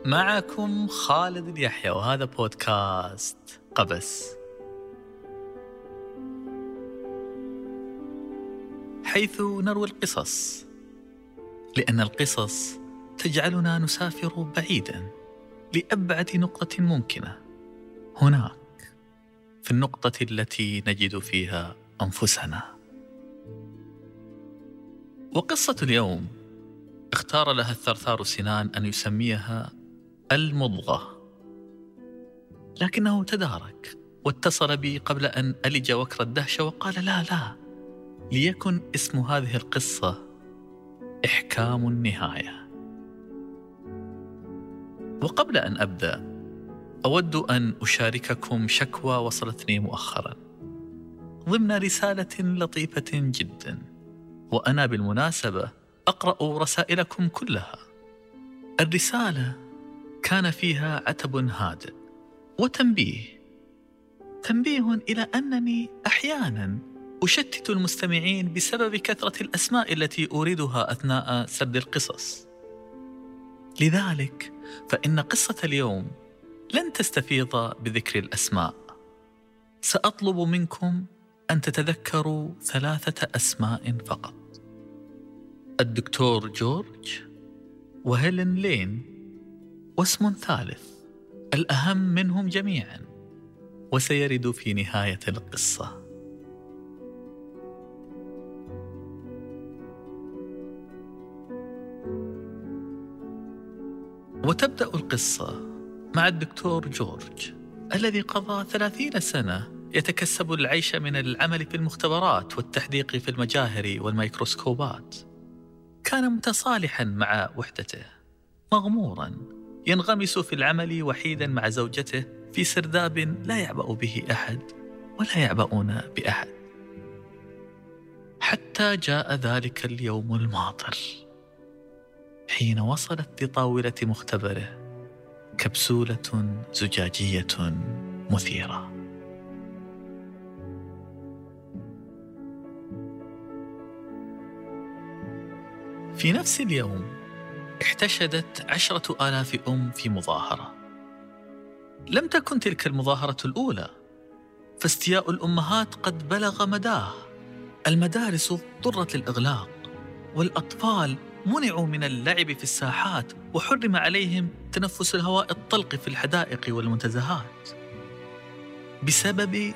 معكم خالد اليحيى، وهذا بودكاست قبس، حيث نروي القصص، لأن القصص تجعلنا نسافر بعيدا لأبعد نقطة ممكنة، هناك في النقطة التي نجد فيها أنفسنا. وقصة اليوم اختار لها الثرثار سنان أن يسميها المضغة، لكنه تدارك واتصل بي قبل أن ألج وكر الدهشة وقال لا، ليكن اسم هذه القصة إحكام النهاية. وقبل أن أبدأ أود أن أشارككم شكوى وصلتني مؤخرا ضمن رسالة لطيفة جدا، وأنا بالمناسبة أقرأ رسائلكم كلها. الرسالة كان فيها عتب هادئ وتنبيه إلى أنني أحيانا أشتت المستمعين بسبب كثرة الأسماء التي أوردها أثناء سرد القصص. لذلك فإن قصة اليوم لن تستفيض بذكر الأسماء، سأطلب منكم أن تتذكروا 3 أسماء فقط: الدكتور جورج، وهيلين لين، واسم ثالث الأهم منهم جميعا وسيرد في نهاية القصة. وتبدأ القصة مع الدكتور جورج الذي قضى 30 سنة يتكسب العيش من العمل في المختبرات والتحديق في المجاهر والميكروسكوبات. كان متصالحا مع وحدته، مغمورا ينغمس في العمل وحيدا مع زوجته في سرداب لا يعبأ به أحد ولا يعبأون بأحد، حتى جاء ذلك اليوم الماطر حين وصلت لطاولة مختبره كبسولة زجاجية مثيرة. في نفس اليوم احتشدت 10,000 أم في مظاهرة. لم تكن تلك المظاهرة الأولى، فاستياء الأمهات قد بلغ مداه. المدارس اضطرت للإغلاق، والأطفال منعوا من اللعب في الساحات، وحرم عليهم تنفس الهواء الطلق في الحدائق والمنتزهات بسبب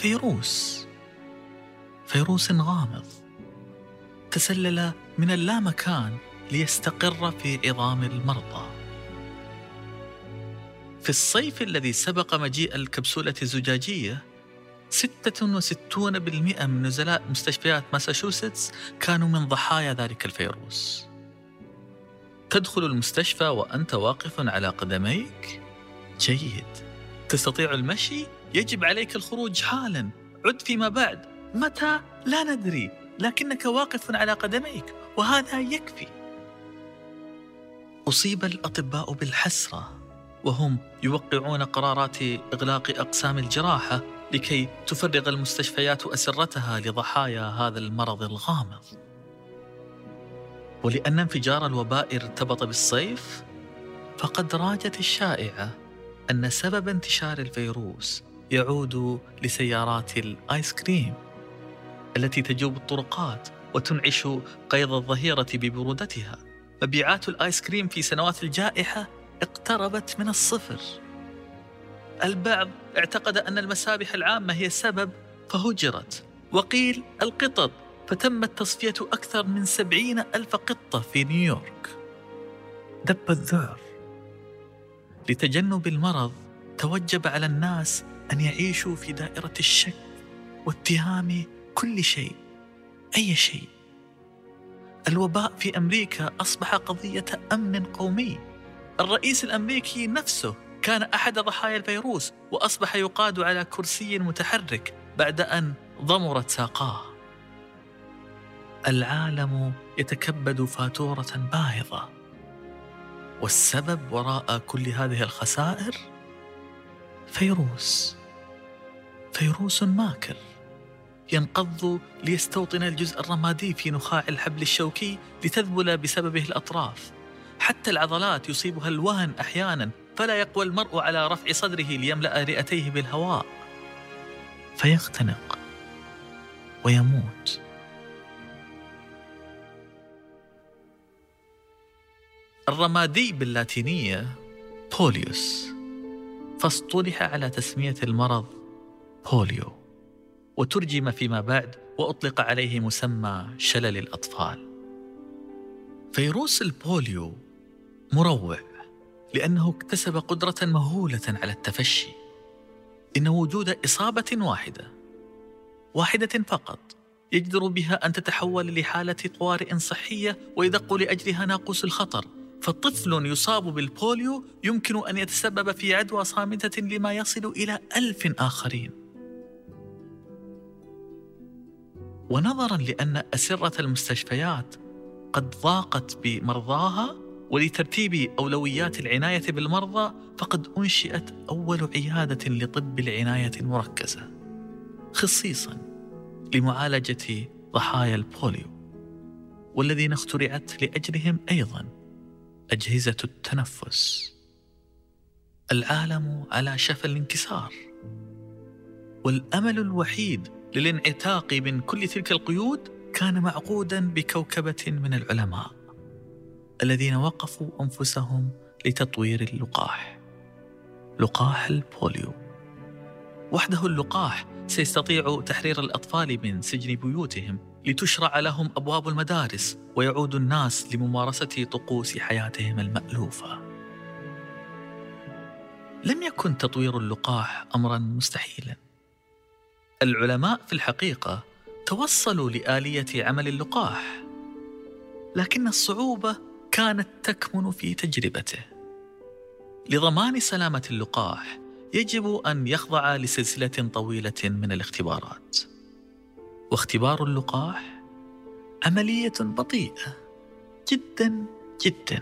فيروس غامض تسلل من اللامكان ليستقر في عظام المرضى. في الصيف الذي سبق مجيء الكبسولة الزجاجية 66% من نزلاء مستشفيات ماساتشوستس كانوا من ضحايا ذلك الفيروس. تدخل المستشفى وأنت واقف على قدميك؟ جيد. تستطيع المشي؟ يجب عليك الخروج حالا. عد فيما بعد. متى؟ لا ندري، لكنك واقف على قدميك وهذا يكفي. أصيب الأطباء بالحسرة وهم يوقعون قرارات إغلاق أقسام الجراحة لكي تفرغ المستشفيات أسرتها لضحايا هذا المرض الغامض. ولأن انفجار الوباء ارتبط بالصيف، فقد راجت الشائعة أن سبب انتشار الفيروس يعود لسيارات الآيس كريم التي تجوب الطرقات وتنعش قيظ الظهيرة ببرودتها. مبيعات الآيس كريم في سنوات الجائحة اقتربت من الصفر. البعض اعتقد أن المسابح العامة هي السبب فهجرت، وقيل القطط، فتمت تصفية أكثر من 70,000 قطة في نيويورك. دب الذعر. لتجنب المرض توجب على الناس أن يعيشوا في دائرة الشك واتهام كل شيء، أي شيء. الوباء في أمريكا أصبح قضية أمن قومي. الرئيس الأمريكي نفسه كان أحد ضحايا الفيروس، وأصبح يقاد على كرسي متحرك بعد أن ضمرت ساقاه. العالم يتكبد فاتورة باهظة، والسبب وراء كل هذه الخسائر فيروس ماكر ينقض ليستوطن الجزء الرمادي في نخاع الحبل الشوكي لتذبل بسببه الأطراف. حتى العضلات يصيبها الوهن أحيانا، فلا يقوى المرء على رفع صدره ليملأ رئتيه بالهواء، فيختنق ويموت. الرمادي باللاتينية بوليوس، فاصطلح على تسمية المرض بوليو، وترجم فيما بعد وأطلق عليه مسمى شلل الأطفال. فيروس البوليو مروع لأنه اكتسب قدرة مهولة على التفشي. إن وجود إصابة واحدة فقط يجدر بها أن تتحول لحالة طوارئ صحية ويدق لأجلها ناقوس الخطر. فطفل يصاب بالبوليو يمكن أن يتسبب في عدوى صامتة لما يصل إلى 1000 آخرين. ونظراً لأن أسرة المستشفيات قد ضاقت بمرضاها، ولترتيب أولويات العناية بالمرضى، فقد أنشئت أول عيادة لطب العناية المركزة خصيصاً لمعالجة ضحايا البوليو، والذين اخترعت لأجلهم أيضاً أجهزة التنفس. العالم على شفا الانكسار، والأمل الوحيد للانعتاق من كل تلك القيود كان معقوداً بكوكبة من العلماء الذين وقفوا أنفسهم لتطوير اللقاح، لقاح البوليو. وحده اللقاح سيستطيع تحرير الأطفال من سجن بيوتهم لتشرع لهم أبواب المدارس، ويعود الناس لممارسة طقوس حياتهم المألوفة. لم يكن تطوير اللقاح أمراً مستحيلاً. العلماء في الحقيقة توصلوا لآلية عمل اللقاح، لكن الصعوبة كانت تكمن في تجربته. لضمان سلامة اللقاح يجب أن يخضع لسلسلة طويلة من الاختبارات، واختبار اللقاح عملية بطيئة جدا جدا.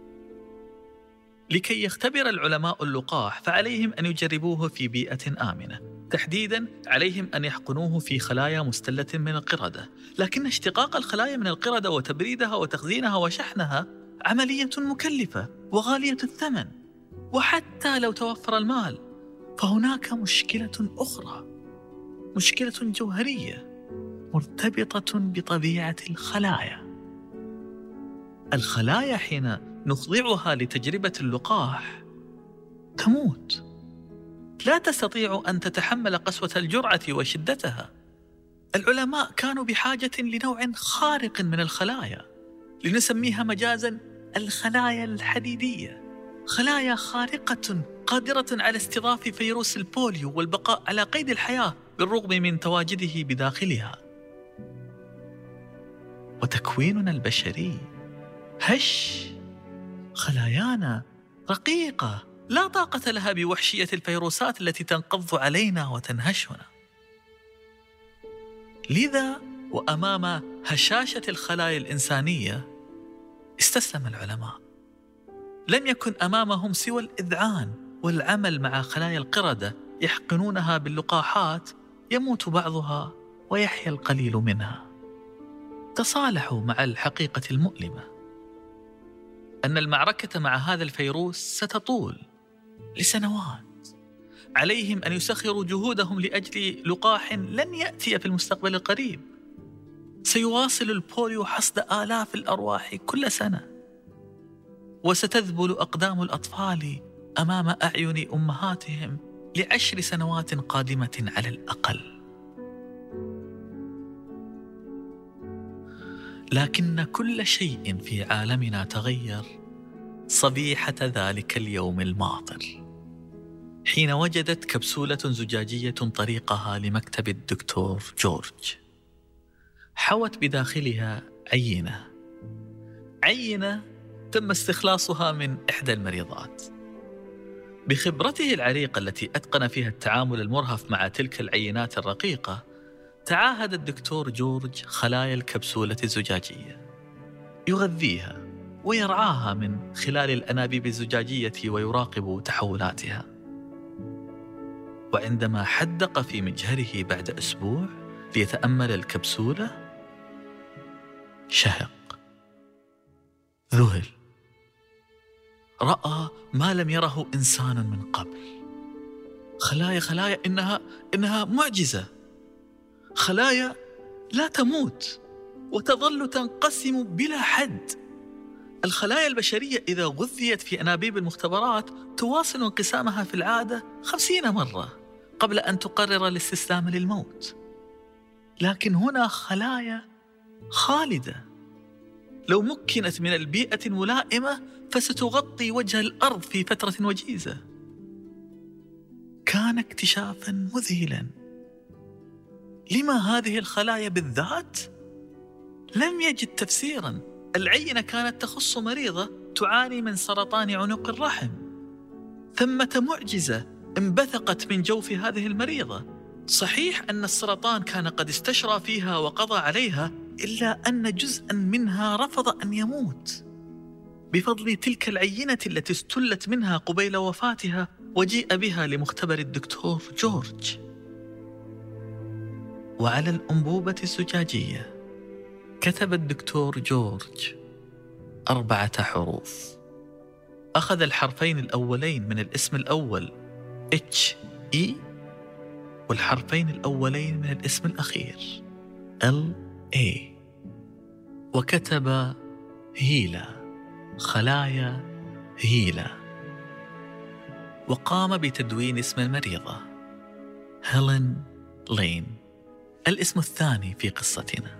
لكي يختبر العلماء اللقاح فعليهم أن يجربوه في بيئة آمنة. تحديداً عليهم أن يحقنوه في خلايا مستلة من القردة، لكن اشتقاق الخلايا من القردة وتبريدها وتخزينها وشحنها عملية مكلفة وغالية الثمن. وحتى لو توفر المال فهناك مشكلة أخرى، مشكلة جوهرية مرتبطة بطبيعة الخلايا. الخلايا حين نخضعها لتجربة اللقاح تموت، لا تستطيع أن تتحمل قسوة الجرعة وشدتها. العلماء كانوا بحاجة لنوع خارق من الخلايا، لنسميها مجازاً الخلايا الحديدية، خلايا خارقة قادرة على استضاف فيروس البوليو والبقاء على قيد الحياة بالرغم من تواجده بداخلها. وتكويننا البشري هش، خلايانا رقيقة لا طاقة لها بوحشية الفيروسات التي تنقض علينا وتنهشنا. لذا وأمام هشاشة الخلايا الإنسانية استسلم العلماء. لم يكن أمامهم سوى الإذعان والعمل مع خلايا القردة يحقنونها باللقاحات، يموت بعضها ويحيا القليل منها. تصالحوا مع الحقيقة المؤلمة أن المعركة مع هذا الفيروس ستطول لسنوات. عليهم أن يسخروا جهودهم لأجل لقاح لن يأتي في المستقبل القريب. سيواصل البوليو حصد آلاف الأرواح كل سنة، وستذبل أقدام الأطفال أمام أعين أمهاتهم ل10 سنوات قادمة على الأقل. لكن كل شيء في عالمنا تغير صبيحة ذلك اليوم الماطر، حين وجدت كبسولة زجاجية طريقها لمكتب الدكتور جورج، حوت بداخلها عينة تم استخلاصها من إحدى المريضات. بخبرته العريقة التي أتقن فيها التعامل المرهف مع تلك العينات الرقيقة، تعاهد الدكتور جورج خلايا الكبسولة الزجاجية، يغذيها ويرعاها من خلال الأنابيب الزجاجية ويراقب تحولاتها. وعندما حدق في مجهره بعد أسبوع ليتأمل الكبسولة، شهق، ذهل، رأى ما لم يره إنسان من قبل. خلايا إنها معجزة، خلايا لا تموت وتظل تنقسم بلا حد. الخلايا البشرية إذا غذيت في أنابيب المختبرات تواصل انقسامها في العادة 50 مرة قبل أن تقرر الاستسلام للموت. لكن هنا خلايا خالدة، لو مكنت من البيئة الملائمة فستغطي وجه الأرض في فترة وجيزة. كان اكتشافاً مذهلاً. لما هذه الخلايا بالذات؟ لم يجد تفسيراً. العينة كانت تخص مريضة تعاني من سرطان عنق الرحم. ثمة معجزة انبثقت من جوف هذه المريضة. صحيح أن السرطان كان قد استشرى فيها وقضى عليها، إلا أن جزءاً منها رفض أن يموت. بفضل تلك العينة التي استلت منها قبيل وفاتها وجيء بها لمختبر الدكتور جورج. وعلى الأنبوبة الزجاجية كتب الدكتور جورج 4 حروف. أخذ الحرفين الأولين من الاسم الأول HE والحرفين الأولين من الاسم الأخير LA، وكتب هيلا، خلايا هيلا. وقام بتدوين اسم المريضة هيلين لين، الاسم الثاني في قصتنا.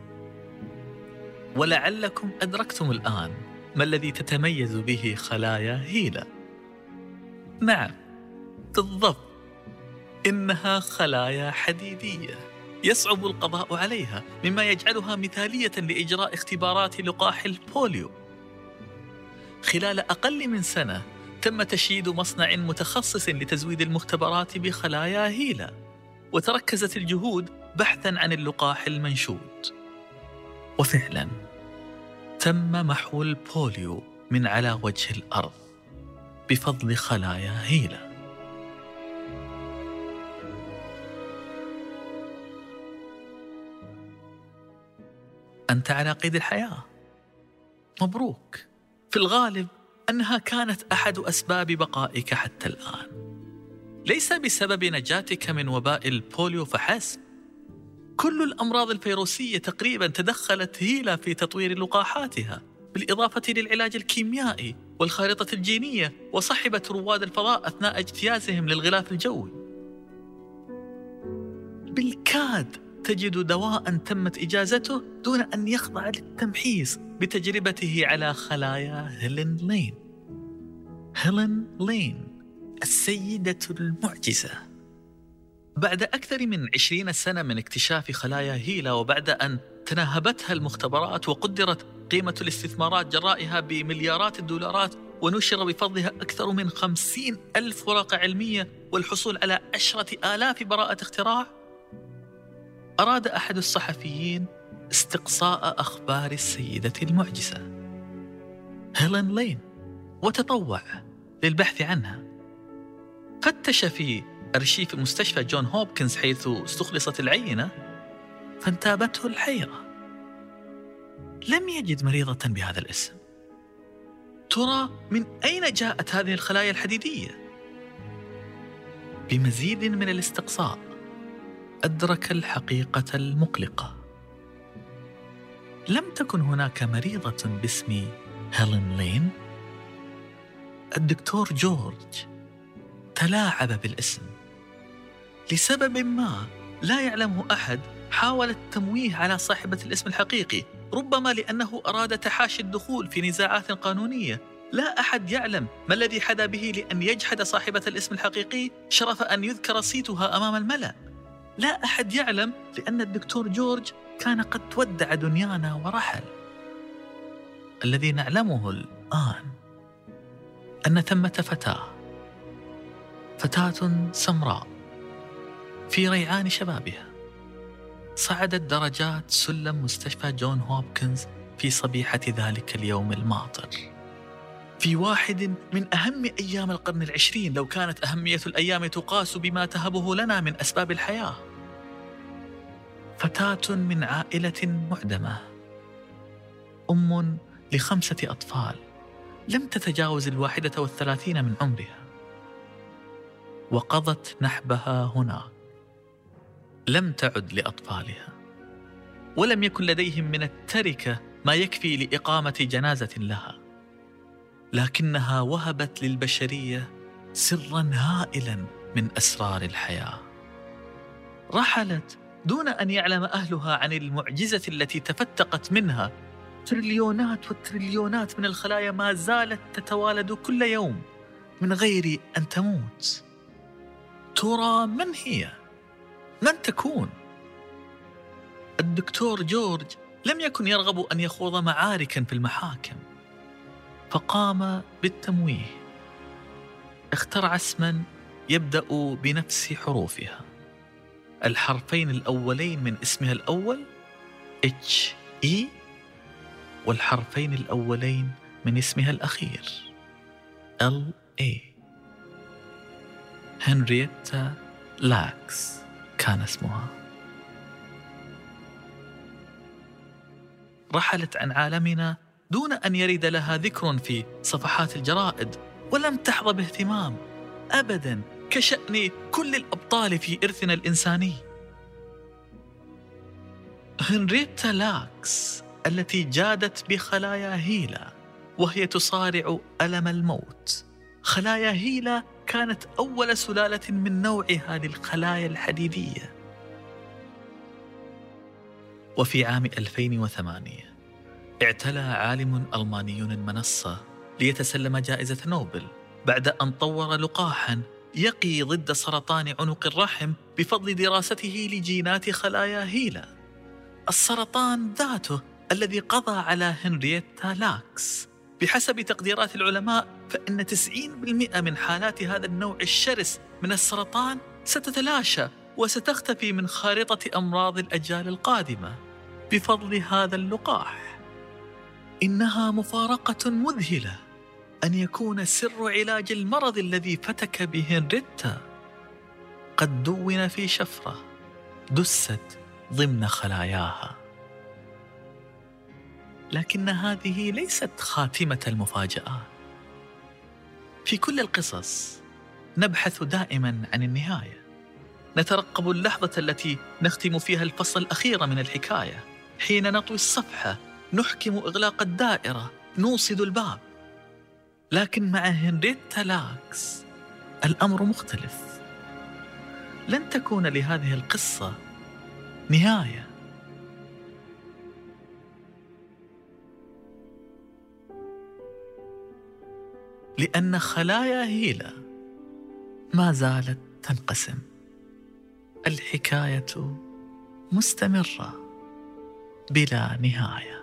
ولعلكم أدركتم الآن ما الذي تتميز به خلايا هيلا. نعم، بالضبط، إنها خلايا حديدية يصعب القضاء عليها، مما يجعلها مثالية لإجراء اختبارات لقاح البوليو. خلال أقل من سنة تم تشييد مصنع متخصص لتزويد المختبرات بخلايا هيلا، وتركزت الجهود بحثاً عن اللقاح المنشود. وفعلاً تم محو البوليو من على وجه الأرض بفضل خلايا هيلا. أنت على قيد الحياة، مبروك. في الغالب أنها كانت أحد أسباب بقائك حتى الآن، ليس بسبب نجاتك من وباء البوليو فحسب. كل الأمراض الفيروسية تقريبا تدخلت هيلا في تطوير لقاحاتها، بالإضافة للعلاج الكيميائي والخارطة الجينية، وصحبت رواد الفضاء أثناء اجتيازهم للغلاف الجوي. بالكاد تجد دواء تمت إجازته دون أن يخضع للتمحيص بتجربته على خلايا هيلين لين. هيلين لين، السيدة المعجزة. بعد أكثر من 20 سنة من اكتشاف خلايا هيلا، وبعد أن تناهبتها المختبرات وقدرت قيمة الاستثمارات جرائها بمليارات الدولارات، ونشر بفضلها أكثر من 50,000 ورقة علمية والحصول على 10,000 براءة اختراع، أراد أحد الصحفيين استقصاء أخبار السيدة المعجزة هيلين لين، وتطوع للبحث عنها. فتش في أرشيف مستشفى جون هوبكنز حيث استخلصت العينة، فانتابته الحيرة. لم يجد مريضة بهذا الاسم. ترى من أين جاءت هذه الخلايا الحديدية؟ بمزيد من الاستقصاء أدرك الحقيقة المقلقة. لم تكن هناك مريضة باسم هيلين لين. الدكتور جورج تلاعب بالاسم لسبب ما لا يعلمه أحد. حاول التمويه على صاحبة الاسم الحقيقي، ربما لأنه أراد تحاشي الدخول في نزاعات قانونية. لا أحد يعلم ما الذي حدا به لأن يجحد صاحبة الاسم الحقيقي شرف أن يذكر صيتها أمام الملأ. لا أحد يعلم لأن الدكتور جورج كان قد تودع دنيانا ورحل. الذي نعلمه الآن أن ثمة فتاة سمراء في ريعان شبابها صعدت درجات سلم مستشفى جون هوبكنز في صبيحة ذلك اليوم الماطر، في واحد من أهم أيام القرن العشرين، لو كانت أهمية الأيام تقاس بما تهبه لنا من أسباب الحياة. فتاة من عائلة معدمة، أم ل5 أطفال، لم تتجاوز 31 من عمرها، وقضت نحبها هناك. لم تعد لأطفالها، ولم يكن لديهم من التركة ما يكفي لإقامة جنازة لها، لكنها وهبت للبشرية سراً هائلاً من أسرار الحياة. رحلت دون أن يعلم أهلها عن المعجزة التي تفتقت منها تريليونات والتريليونات من الخلايا ما زالت تتوالد كل يوم من غير أن تموت. ترى من هي؟ من تكون؟ الدكتور جورج لم يكن يرغب أن يخوض معاركاً في المحاكم، فقام بالتمويه. اخترع اسماً يبدأ بنفس حروفها، الحرفين الأولين من اسمها الأول HE، والحرفين الأولين من اسمها الأخير LA. هنرييتا لاكس كان اسمها. رحلت عن عالمنا دون أن يرد لها ذكر في صفحات الجرائد، ولم تحظى باهتمام أبداً كشأن كل الأبطال في إرثنا الإنساني. هنرييتا لاكس التي جادت بخلايا هيلا وهي تصارع ألم الموت. خلايا هيلا كانت أول سلالة من نوعها للخلايا الحديدية. وفي عام 2008 اعتلى عالم ألماني المنصة ليتسلم جائزة نوبل بعد أن طور لقاحاً يقي ضد سرطان عنق الرحم بفضل دراسته لجينات خلايا هيلا، السرطان ذاته الذي قضى على هنرييتا لاكس. بحسب تقديرات العلماء فإن 90% من حالات هذا النوع الشرس من السرطان ستتلاشى وستختفي من خارطة أمراض الأجيال القادمة بفضل هذا اللقاح. إنها مفارقة مذهلة أن يكون سر علاج المرض الذي فتك بهنرييتا قد دون في شفرة دست ضمن خلاياها. لكن هذه ليست خاتمة المفاجآت. في كل القصص نبحث دائما عن النهاية، نترقب اللحظة التي نختم فيها الفصل الأخير من الحكاية، حين نطوي الصفحة، نحكم إغلاق الدائرة، نوصد الباب. لكن مع هنرييتا لاكس الأمر مختلف. لن تكون لهذه القصة نهاية. لأن خلايا هيلا ما زالت تنقسم. الحكاية مستمرة بلا نهاية.